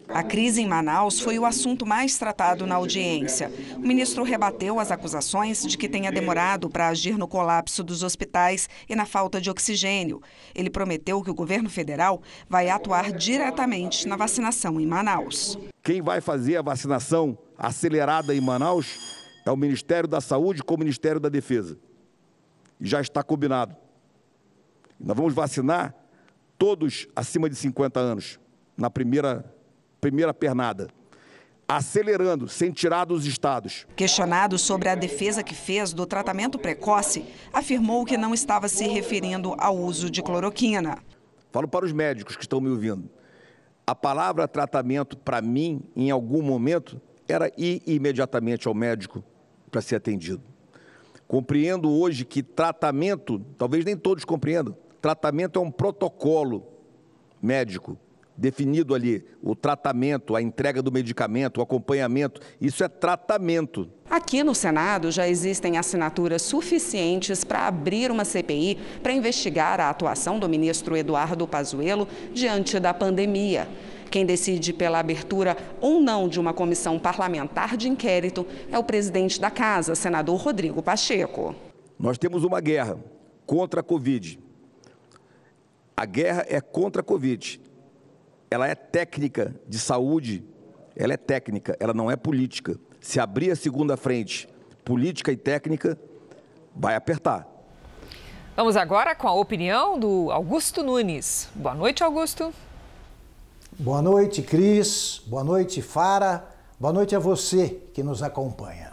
[SPEAKER 24] A crise em Manaus foi o assunto mais tratado na audiência. O ministro rebateu as acusações de que tenha demorado para agir no colapso dos hospitais e na falta de oxigênio. Ele prometeu que o governo federal vai atuar diretamente na vacinação em Manaus.
[SPEAKER 28] Quem vai fazer a vacinação acelerada em Manaus é o Ministério da Saúde com o Ministério da Defesa. E já está combinado. Nós vamos vacinar todos acima de cinquenta anos, na primeira, primeira pernada, acelerando, sem tirar dos estados.
[SPEAKER 24] Questionado sobre a defesa que fez do tratamento precoce, afirmou que não estava se referindo ao uso de cloroquina.
[SPEAKER 28] Falo para os médicos que estão me ouvindo. A palavra tratamento, para mim, em algum momento, era ir imediatamente ao médico para ser atendido. Compreendo hoje que tratamento, talvez nem todos compreendam, tratamento é um protocolo médico definido ali. O tratamento, a entrega do medicamento, o acompanhamento, isso é tratamento.
[SPEAKER 24] Aqui no Senado já existem assinaturas suficientes para abrir uma C P I para investigar a atuação do ministro Eduardo Pazuello diante da pandemia. Quem decide pela abertura ou não de uma comissão parlamentar de inquérito é o presidente da Casa, senador Rodrigo Pacheco.
[SPEAKER 28] Nós temos uma guerra contra a Covid. A guerra é contra a Covid. Ela é técnica de saúde, ela é técnica, ela não é política. Se abrir a segunda frente, política e técnica, vai apertar.
[SPEAKER 3] Vamos agora com a opinião do Augusto Nunes. Boa noite, Augusto.
[SPEAKER 4] Boa noite, Cris. Boa noite, Fara. Boa noite a você que nos acompanha.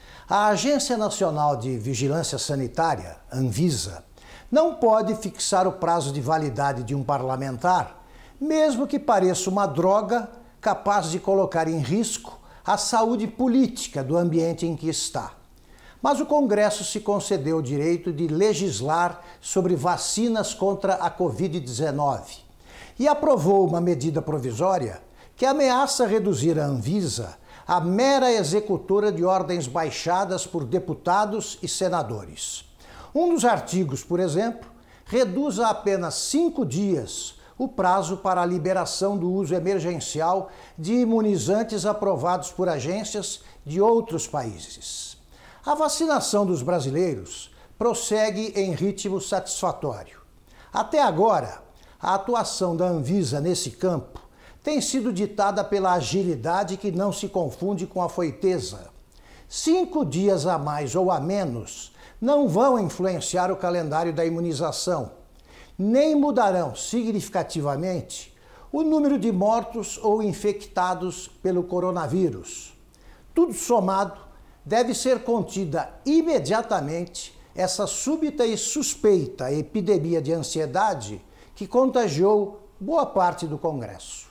[SPEAKER 4] A Agência Nacional de Vigilância Sanitária, Anvisa, não pode fixar o prazo de validade de um parlamentar, mesmo que pareça uma droga capaz de colocar em risco a saúde política do ambiente em que está. Mas o Congresso se concedeu o direito de legislar sobre vacinas contra a covid dezenove. E aprovou uma medida provisória que ameaça reduzir a Anvisa a mera executora de ordens baixadas por deputados e senadores. Um dos artigos, por exemplo, reduz a apenas cinco dias o prazo para a liberação do uso emergencial de imunizantes aprovados por agências de outros países. A vacinação dos brasileiros prossegue em ritmo satisfatório. Até agora, a atuação da Anvisa nesse campo tem sido ditada pela agilidade que não se confunde com a foiteza. Cinco dias a mais ou a menos não vão influenciar o calendário da imunização, nem mudarão significativamente o número de mortos ou infectados pelo coronavírus. Tudo somado, deve ser contida imediatamente essa súbita e suspeita epidemia de ansiedade que contagiou boa parte do Congresso.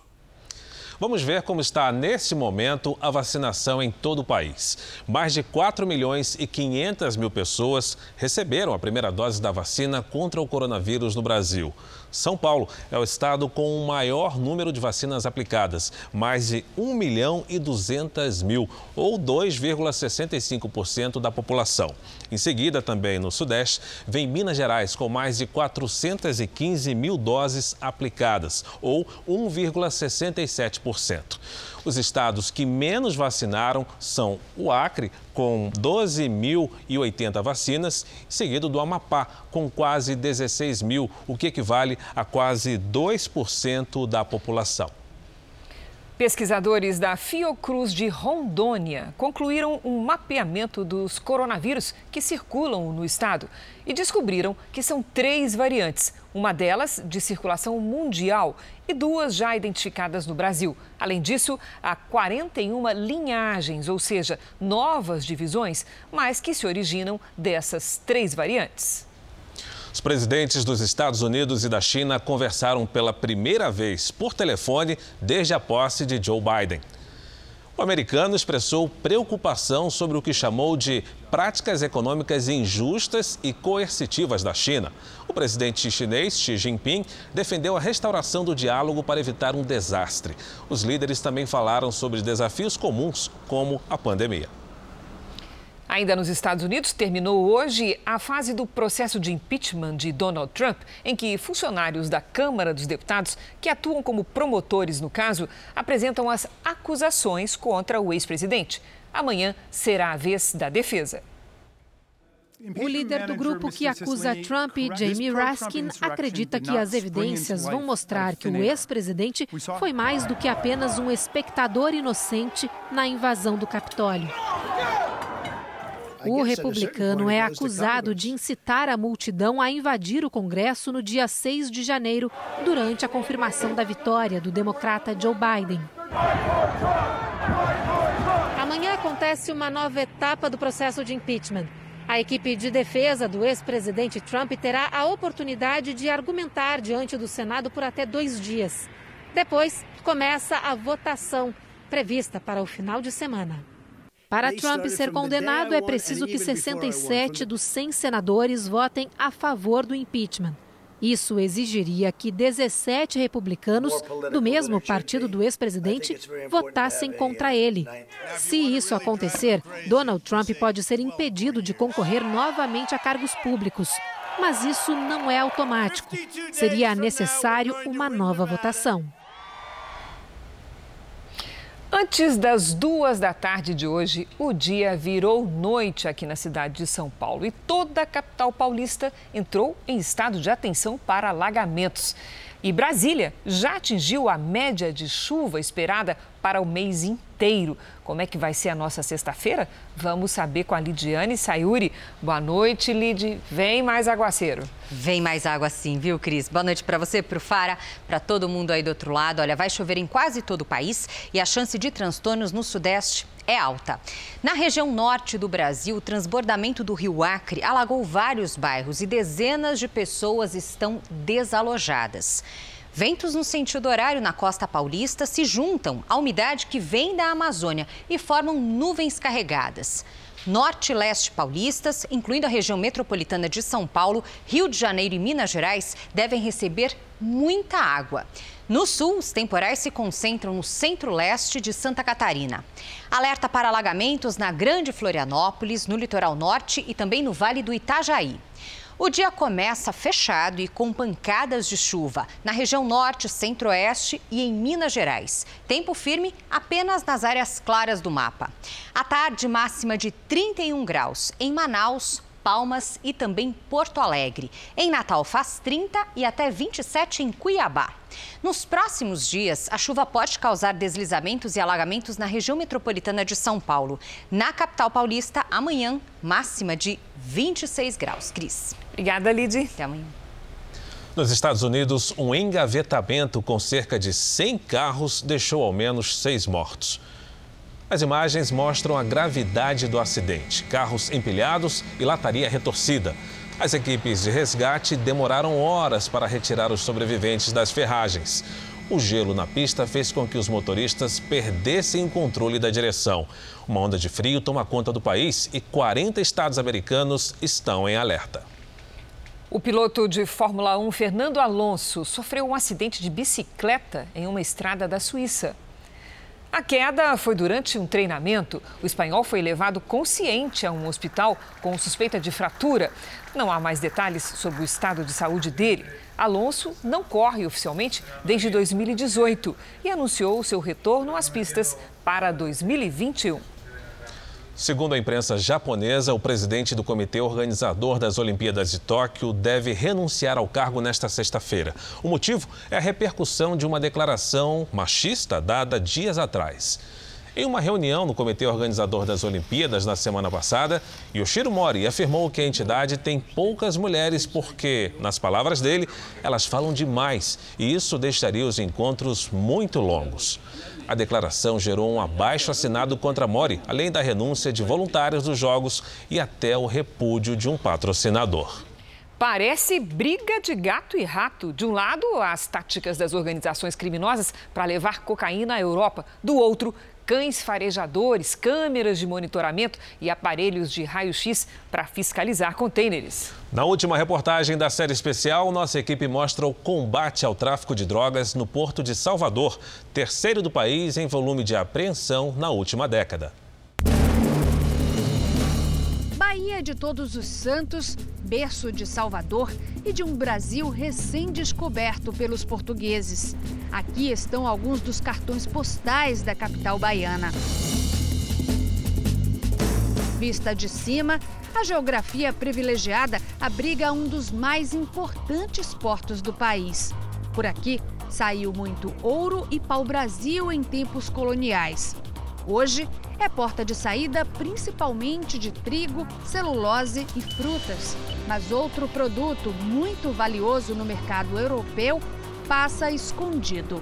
[SPEAKER 2] Vamos ver como está, nesse momento, a vacinação em todo o país. Mais de quatro milhões e quinhentas mil pessoas receberam a primeira dose da vacina contra o coronavírus no Brasil. São Paulo é o estado com o maior número de vacinas aplicadas, mais de um milhão e duzentas mil, ou dois vírgula sessenta e cinco por cento da população. Em seguida, também no Sudeste, vem Minas Gerais com mais de quatrocentas e quinze mil doses aplicadas, ou um vírgula sessenta e sete por cento. Os estados que menos vacinaram são o Acre, com doze mil e oitenta vacinas, seguido do Amapá, com quase dezesseis mil, o que equivale a quase dois por cento da população.
[SPEAKER 3] Pesquisadores da Fiocruz de Rondônia concluíram um mapeamento dos coronavírus que circulam no estado e descobriram que são três variantes, uma delas de circulação mundial e duas já identificadas no Brasil. Além disso, há quarenta e uma linhagens, ou seja, novas divisões, mas que se originam dessas três variantes.
[SPEAKER 2] Os presidentes dos Estados Unidos e da China conversaram pela primeira vez por telefone desde a posse de Joe Biden. O americano expressou preocupação sobre o que chamou de práticas econômicas injustas e coercitivas da China. O presidente chinês Xi Jinping defendeu a restauração do diálogo para evitar um desastre. Os líderes também falaram sobre desafios comuns, como a pandemia.
[SPEAKER 3] A Ainda nos Estados Unidos, terminou hoje a fase do processo de impeachment de Donald Trump, em que funcionários da Câmara dos Deputados, que atuam como promotores no caso, apresentam as acusações contra o ex-presidente. Amanhã será a vez da defesa.
[SPEAKER 5] O líder do grupo que acusa Trump, Jamie Raskin, acredita que as evidências vão mostrar que o ex-presidente foi mais do que apenas um espectador inocente na invasão do Capitólio. O republicano é acusado de incitar a multidão a invadir o Congresso no dia seis de janeiro, durante a confirmação da vitória do democrata Joe Biden. Amanhã acontece uma nova etapa do processo de impeachment. A equipe de defesa do ex-presidente Trump terá a oportunidade de argumentar diante do Senado por até dois dias. Depois, começa a votação, prevista para o final de semana. Para Trump ser condenado, é preciso que sessenta e sete dos cem senadores votem a favor do impeachment. Isso exigiria que dezessete republicanos do mesmo partido do ex-presidente votassem contra ele. Se isso acontecer, Donald Trump pode ser impedido de concorrer novamente a cargos públicos. Mas isso não é automático. Seria necessário uma nova votação.
[SPEAKER 3] Antes das duas da tarde de hoje, o dia virou noite aqui na cidade de São Paulo e toda a capital paulista entrou em estado de atenção para alagamentos. E Brasília já atingiu a média de chuva esperada para o mês inteiro. Como é que vai ser a nossa sexta-feira? Vamos saber com a Lidiane Sayuri. Boa noite, Lid. Vem mais aguaceiro.
[SPEAKER 6] Vem mais água sim, viu, Cris? Boa noite para você, para o Fara, para todo mundo aí do outro lado. Olha, vai chover em quase todo o país e a chance de transtornos no Sudeste é alta. Na região norte do Brasil, o transbordamento do rio Acre alagou vários bairros e dezenas de pessoas estão desalojadas. Ventos no sentido horário na costa paulista se juntam à umidade que vem da Amazônia e formam nuvens carregadas. Norte e leste paulistas, incluindo a região metropolitana de São Paulo, Rio de Janeiro e Minas Gerais, devem receber muita água. No sul, os temporais se concentram no centro-leste de Santa Catarina. Alerta para alagamentos na Grande Florianópolis, no litoral norte e também no Vale do Itajaí. O dia começa fechado e com pancadas de chuva na região norte, centro-oeste e em Minas Gerais. Tempo firme apenas nas áreas claras do mapa. À tarde, máxima de trinta e um graus em Manaus, Palmas e também Porto Alegre. Em Natal faz trinta e até vinte e sete em Cuiabá. Nos próximos dias, a chuva pode causar deslizamentos e alagamentos na região metropolitana de São Paulo. Na capital paulista, amanhã, máxima de vinte e seis graus. Cris.
[SPEAKER 3] Obrigada, Lidy.
[SPEAKER 6] Até amanhã.
[SPEAKER 2] Nos Estados Unidos, um engavetamento com cerca de cem carros deixou ao menos seis mortos. As imagens mostram a gravidade do acidente. Carros empilhados e lataria retorcida. As equipes de resgate demoraram horas para retirar os sobreviventes das ferragens. O gelo na pista fez com que os motoristas perdessem o controle da direção. Uma onda de frio toma conta do país e quarenta estados americanos estão em alerta.
[SPEAKER 3] O piloto de Fórmula um, Fernando Alonso, sofreu um acidente de bicicleta em uma estrada da Suíça. A queda foi durante um treinamento. O espanhol foi levado consciente a um hospital com suspeita de fratura. Não há mais detalhes sobre o estado de saúde dele. Alonso não corre oficialmente desde dois mil e dezoito e anunciou seu retorno às pistas para dois mil e vinte e um.
[SPEAKER 2] Segundo a imprensa japonesa, o presidente do comitê organizador das Olimpíadas de Tóquio deve renunciar ao cargo nesta sexta-feira. O motivo é a repercussão de uma declaração machista dada dias atrás. Em uma reunião no comitê organizador das Olimpíadas na semana passada, Yoshiro Mori afirmou que a entidade tem poucas mulheres porque, nas palavras dele, elas falam demais e isso deixaria os encontros muito longos. A declaração gerou um abaixo-assinado contra Mori, além da renúncia de voluntários dos Jogos e até o repúdio de um patrocinador.
[SPEAKER 3] Parece briga de gato e rato. De um lado, as táticas das organizações criminosas para levar cocaína à Europa. Do outro, cães farejadores, câmeras de monitoramento e aparelhos de raio-x para fiscalizar contêineres.
[SPEAKER 2] Na última reportagem da série especial, nossa equipe mostra o combate ao tráfico de drogas no Porto de Salvador, terceiro do país em volume de apreensão na última década.
[SPEAKER 7] Praia de Todos os Santos, berço de Salvador e de um Brasil recém-descoberto pelos portugueses. Aqui estão alguns dos cartões postais da capital baiana. Vista de cima, a geografia privilegiada abriga um dos mais importantes portos do país. Por aqui, saiu muito ouro e pau-brasil em tempos coloniais. Hoje, é porta de saída principalmente de trigo, celulose e frutas. Mas outro produto muito valioso no mercado europeu passa escondido.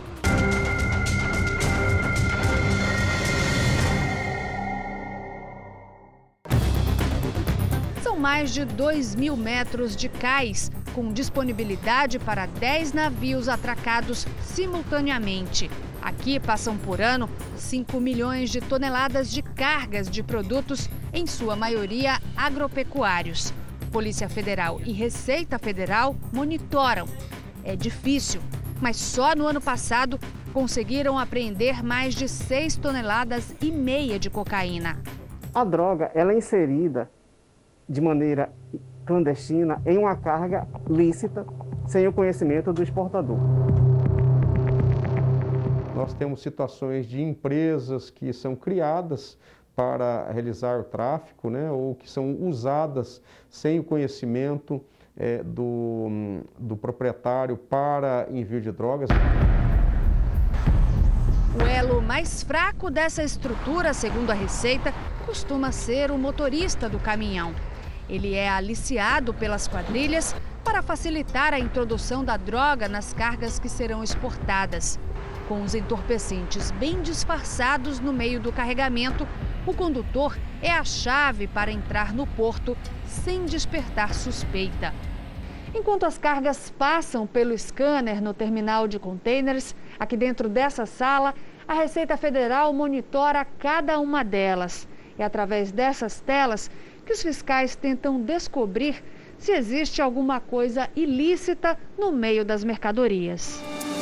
[SPEAKER 7] São mais de dois mil metros de cais, com disponibilidade para dez navios atracados simultaneamente. Aqui passam por ano cinco milhões de toneladas de cargas de produtos, em sua maioria agropecuários. Polícia Federal e Receita Federal monitoram. É difícil, mas só no ano passado conseguiram apreender mais de seis toneladas e meia de cocaína.
[SPEAKER 8] A droga ela é inserida de maneira clandestina em uma carga lícita, sem o conhecimento do exportador.
[SPEAKER 9] Nós temos situações de empresas que são criadas para realizar o tráfico, né, ou que são usadas sem o conhecimento é, do, do proprietário para envio de drogas.
[SPEAKER 7] O elo mais fraco dessa estrutura, segundo a Receita, costuma ser o motorista do caminhão. Ele é aliciado pelas quadrilhas para facilitar a introdução da droga nas cargas que serão exportadas. Com os entorpecentes bem disfarçados no meio do carregamento, o condutor é a chave para entrar no porto sem despertar suspeita. Enquanto as cargas passam pelo scanner no terminal de containers, aqui dentro dessa sala, a Receita Federal monitora cada uma delas. É através dessas telas que os fiscais tentam descobrir se existe alguma coisa ilícita no meio das mercadorias.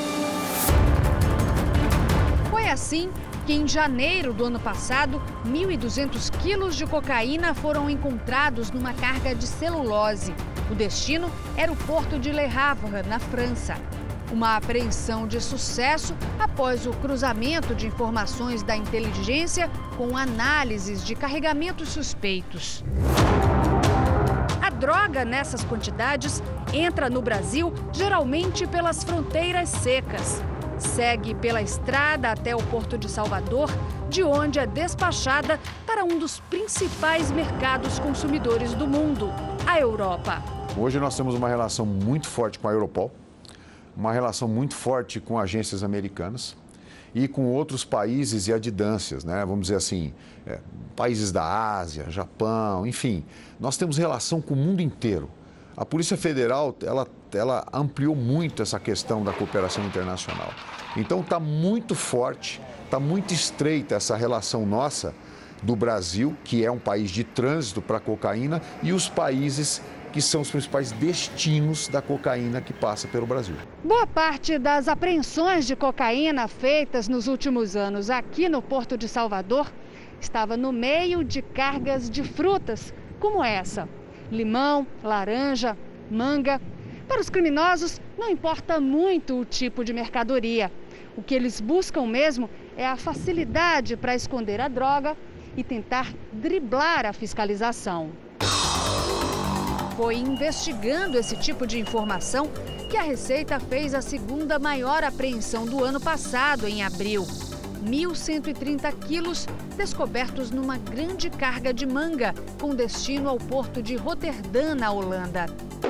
[SPEAKER 7] Foi assim que, em janeiro do ano passado, mil e duzentos quilos de cocaína foram encontrados numa carga de celulose. O destino era o porto de Le Havre, na França. Uma apreensão de sucesso após o cruzamento de informações da inteligência com análises de carregamentos suspeitos. A droga nessas quantidades entra no Brasil geralmente pelas fronteiras secas. Segue pela estrada até o Porto de Salvador, de onde é despachada para um dos principais mercados consumidores do mundo, a Europa.
[SPEAKER 10] Hoje nós temos uma relação muito forte com a Europol, uma relação muito forte com agências americanas e com outros países e adidâncias, né? Vamos dizer assim, é, países da Ásia, Japão, enfim. Nós temos relação com o mundo inteiro. A Polícia Federal, ela, ela ampliou muito essa questão da cooperação internacional. Então está muito forte, está muito estreita essa relação nossa do Brasil, que é um país de trânsito para a cocaína, e os países que são os principais destinos da cocaína que passa pelo Brasil.
[SPEAKER 7] Boa parte das apreensões de cocaína feitas nos últimos anos aqui no Porto de Salvador estava no meio de cargas de frutas, como essa: limão, laranja, manga. Para os criminosos, não importa muito o tipo de mercadoria. O que eles buscam mesmo é a facilidade para esconder a droga e tentar driblar a fiscalização. Foi investigando esse tipo de informação que a Receita fez a segunda maior apreensão do ano passado, em abril. mil cento e trinta quilos descobertos numa grande carga de manga, com destino ao porto de Roterdã, na Holanda.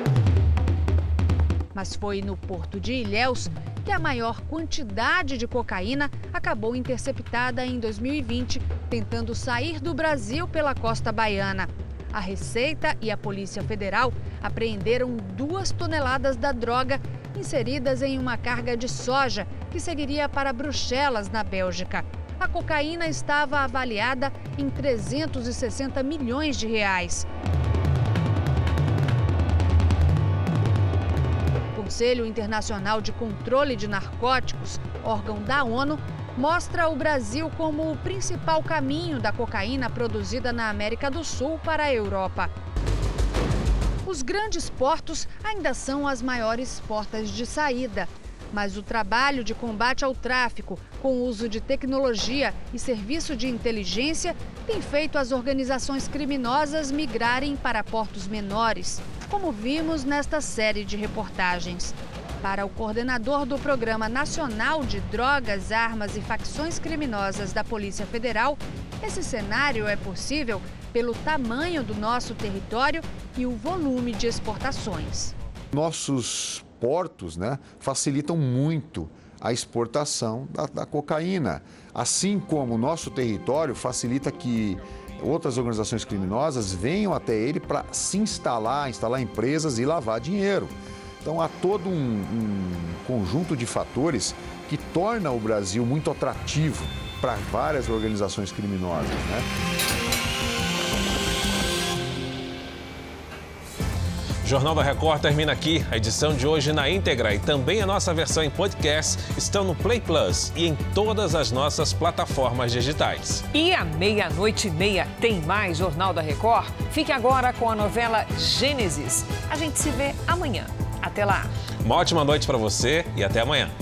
[SPEAKER 7] Mas foi no porto de Ilhéus que a maior quantidade de cocaína acabou interceptada em dois mil e vinte, tentando sair do Brasil pela costa baiana. A Receita e a Polícia Federal apreenderam duas toneladas da droga inseridas em uma carga de soja que seguiria para Bruxelas, na Bélgica. A cocaína estava avaliada em trezentos e sessenta milhões de reais. O Conselho Internacional de Controle de Narcóticos, órgão da ONU, mostra o Brasil como o principal caminho da cocaína produzida na América do Sul para a Europa. Os grandes portos ainda são as maiores portas de saída. Mas o trabalho de combate ao tráfico, com o uso de tecnologia e serviço de inteligência, tem feito as organizações criminosas migrarem para portos menores, como vimos nesta série de reportagens. Para o coordenador do Programa Nacional de Drogas, Armas e Facções Criminosas da Polícia Federal, esse cenário é possível pelo tamanho do nosso território e o volume de exportações.
[SPEAKER 10] Nossos portos, né, facilitam muito a exportação da, da cocaína, assim como o nosso território facilita que outras organizações criminosas venham até ele para se instalar, instalar empresas e lavar dinheiro. Então há todo um, um conjunto de fatores que torna o Brasil muito atrativo para várias organizações criminosas, né?
[SPEAKER 2] O Jornal da Record termina aqui. A edição de hoje na íntegra e também a nossa versão em podcast estão no Play Plus e em todas as nossas plataformas digitais.
[SPEAKER 3] E à meia-noite e meia tem mais Jornal da Record? Fique agora com a novela Gênesis. A gente se vê amanhã. Até lá.
[SPEAKER 2] Uma ótima noite para você e até amanhã.